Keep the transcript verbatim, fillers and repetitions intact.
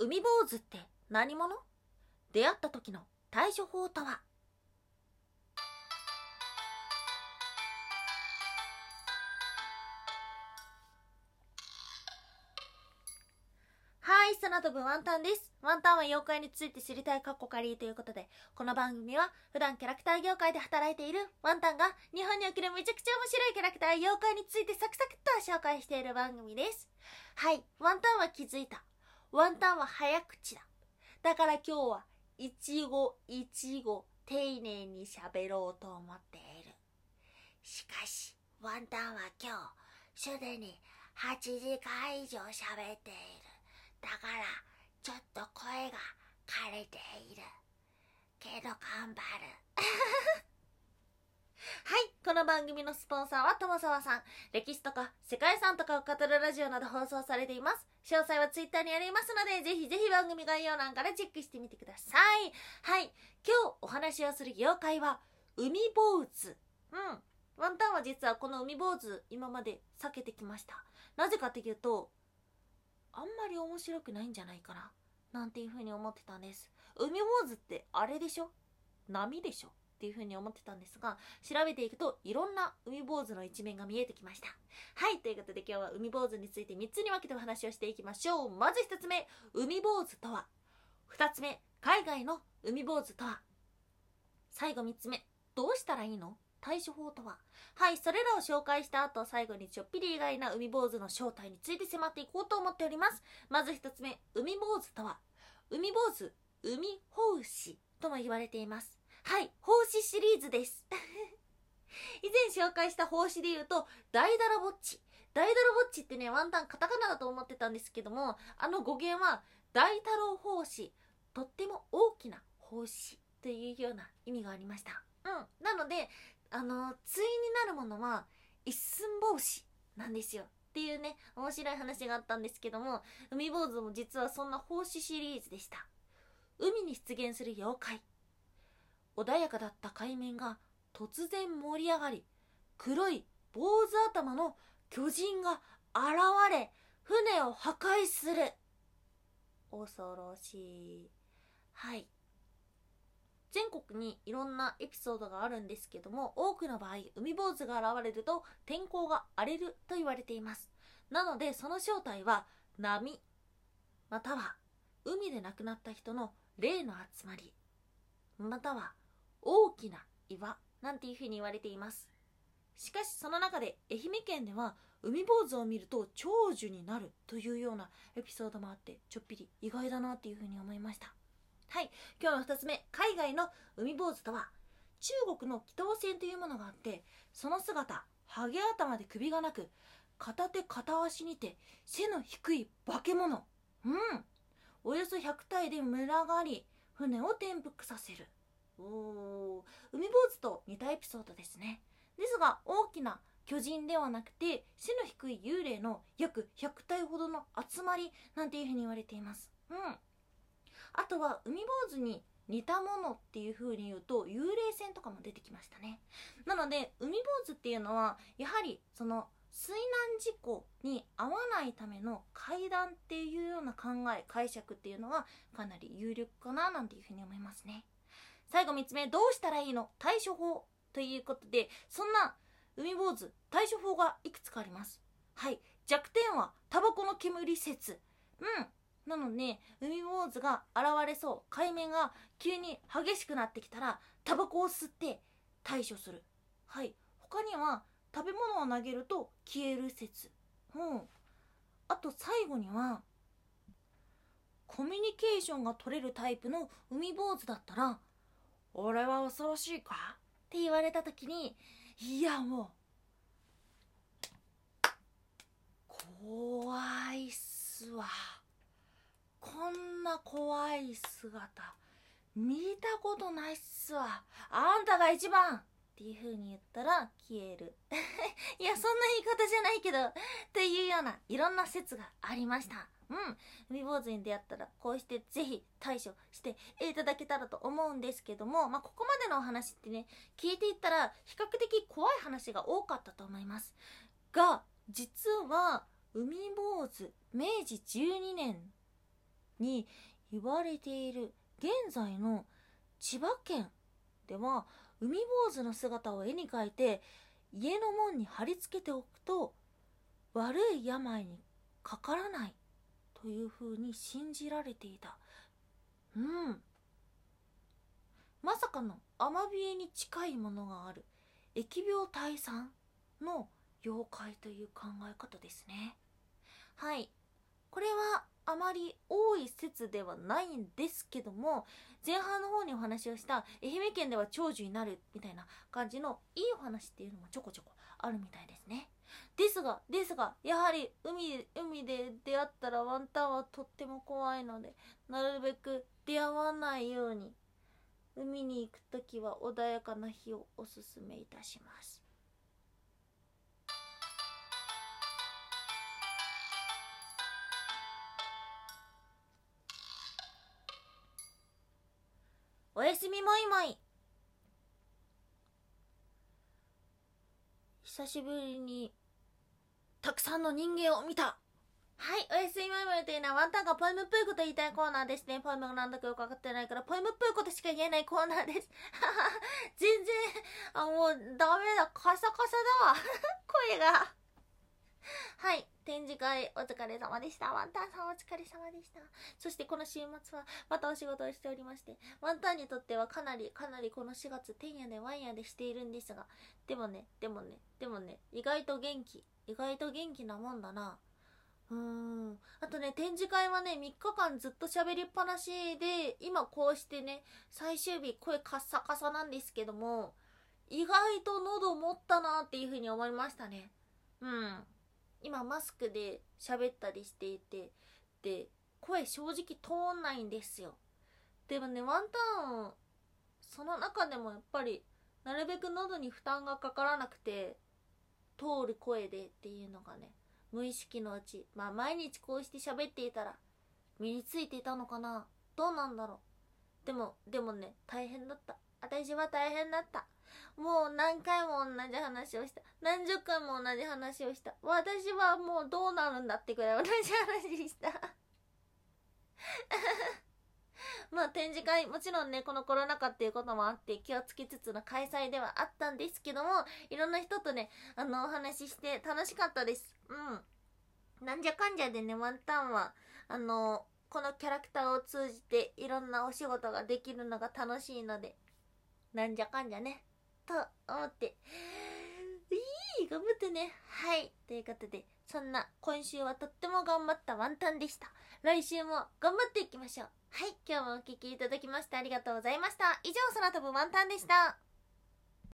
海坊主って何者？出会った時の対処法とは？はい、空飛ぶワンタンです。ワンタンは妖怪について知りたいカッコカリーということで、この番組は普段キャラクター業界で働いているワンタンが日本におけるめちゃくちゃ面白いキャラクター妖怪についてサクサクっと紹介している番組です。はい、ワンタンは気づいた。ワンタンは早口だ。だから今日は一語一語丁寧に喋ろうと思っている。しかし、ワンタンは今日すでにはちじかん以上喋っている。だからちょっと声が枯れているけど頑張るはい、この番組のスポンサーは友沢さん。歴史とか世界遺産とかを語るラジオなど放送されています。詳細はツイッターにありますので、ぜひぜひ番組概要欄からチェックしてみてください。はい、今日お話をする妖怪は海坊主。うん、ワンタンは実はこの海坊主今まで避けてきました。なぜかというと、あんまり面白くないんじゃないかななんていう風に思ってたんです。海坊主ってあれでしょ、波でしょっていう風に思ってたんですが、調べていくといろんな海坊主の一面が見えてきました。はい、ということで今日は海坊主についてみっつに分けてお話をしていきましょう。まずひとつめ、海坊主とは。ふたつめ、海外の海坊主とは。最後みっつめ、どうしたらいいの？対処法とは。はい、それらを紹介した後、最後にちょっぴり意外な海坊主の正体について迫っていこうと思っております。まず一つ目、海坊主とは。海坊主、海胞子とも言われています。はい、胞子シリーズです。以前紹介した胞子で言うと、大だらぼっち。大だらぼっちってね、ワンタンカタカナだと思ってたんですけども、あの語源は大太郎胞子、とっても大きな胞子というような意味がありました。うん、なので、あの対になるものは一寸法師なんですよっていうね、面白い話があったんですけども、海坊主も実はそんな法師シリーズでした。海に出現する妖怪。穏やかだった海面が突然盛り上がり、黒い坊主頭の巨人が現れ、船を破壊する。恐ろしい。はい、全国にいろんなエピソードがあるんですけども、多くの場合海坊主が現れると天候が荒れると言われています。なのでその正体は波、または海で亡くなった人の霊の集まり、または大きな岩なんていうふうに言われています。しかしその中で愛媛県では海坊主を見ると長寿になるというようなエピソードもあって、ちょっぴり意外だなっていうふうに思いました。はい、今日のふたつめ、海外の海坊主とは。中国の祈祷船というものがあって、その姿、ハゲ頭で首がなく、片手片足にて背の低い化け物。うん、およそひゃくたいで群がり、船を転覆させる。おー、海坊主と似たエピソードですね。ですが大きな巨人ではなくて、背の低い幽霊の約ひゃくたいほどの集まりなんていうふうに言われています。うん、あとは海坊主に似たものっていう風に言うと幽霊船とかも出てきましたね。なので海坊主っていうのはやはりその水難事故に遭わないための階段っていうような考え解釈っていうのはかなり有力かななんていう風に思いますね。最後みっつめ、どうしたらいいの？対処法ということで、そんな海坊主対処法がいくつかあります。はい、弱点はタバコの煙説。うんなので海坊主が現れそう、海面が急に激しくなってきたらタバコを吸って対処する。はい、他には食べ物を投げると消える説。うん、あと最後にはコミュニケーションが取れるタイプの海坊主だったら、俺は恐ろしいかって言われた時に、いやもう怖いっすわ、こんな怖い姿見たことないっすわ、あんたが一番っていう風に言ったら消えるいやそんな言い方じゃないけどっていうようないろんな説がありました。うん、海坊主に出会ったらこうしてぜひ対処していただけたらと思うんですけども、まあ、ここまでのお話ってね、聞いていったら比較的怖い話が多かったと思いますが、実は海坊主明治じゅうにねんに言われている現在の千葉県では、海坊主の姿を絵に描いて家の門に貼り付けておくと悪い病にかからないというふうに信じられていた。うん。まさかのアマビエに近いものがある疫病退散の妖怪という考え方ですね。はい。これはあまり多い説ではないんですけども、前半の方にお話をした愛媛県では長寿になるみたいな感じのいいお話っていうのもちょこちょこあるみたいですね。ですが、ですが、やはり海、海で出会ったらワンタンはとっても怖いので、なるべく出会わないように、海に行くときは穏やかな日をおすすめいたします。おやすみもいもい。久しぶりにたくさんの人間を見た。はい、おやすみもいもいというのはワンタンがポエムっぽいこと言いたいコーナーですね。ポエムがなんだかよくわかってないからポエムっぽいことしか言えないコーナーです。全然、あ、もうダメだ。カサカサだわ。声が。はい、展示会お疲れ様でした。ワンタンさんお疲れ様でした。そしてこの週末はまたお仕事をしておりまして、ワンタンにとってはかなりかなりこのしがつてんやでわんやでしているんですが、でもね、でもね、でもね、意外と元気、意外と元気なもんだな。うーん。あとね、展示会はね、みっかかんずっと喋りっぱなしで、今こうしてね、最終日声カッサカサなんですけども、意外と喉持ったなっていう風に思いましたね。うん。今マスクで喋ったりしていて、で、声正直通んないんですよ。でもね、ワンタン、その中でもやっぱり、なるべく喉に負担がかからなくて、通る声でっていうのがね、無意識のうち、まあ毎日こうして喋っていたら、身についていたのかな。どうなんだろう。でも、でもね、大変だった。私は大変だった。もう何回も同じ話をした。何十回も同じ話をした。私はもうどうなるんだってくらい同じ話した。まあ展示会、もちろんね、このコロナ禍っていうこともあって気をつけつつの開催ではあったんですけども、いろんな人とね、あの、お話しして楽しかったです。うん。なんじゃかんじゃでね、ワンタンは、あの、このキャラクターを通じていろんなお仕事ができるのが楽しいので、なんじゃかんじゃね、と思って、いい頑張ってね。はい。ということで、そんな今週はとっても頑張ったワンタンでした。来週も頑張っていきましょう。はい。今日もお聞きいただきましてありがとうございました。以上、空飛ぶワンタンでした。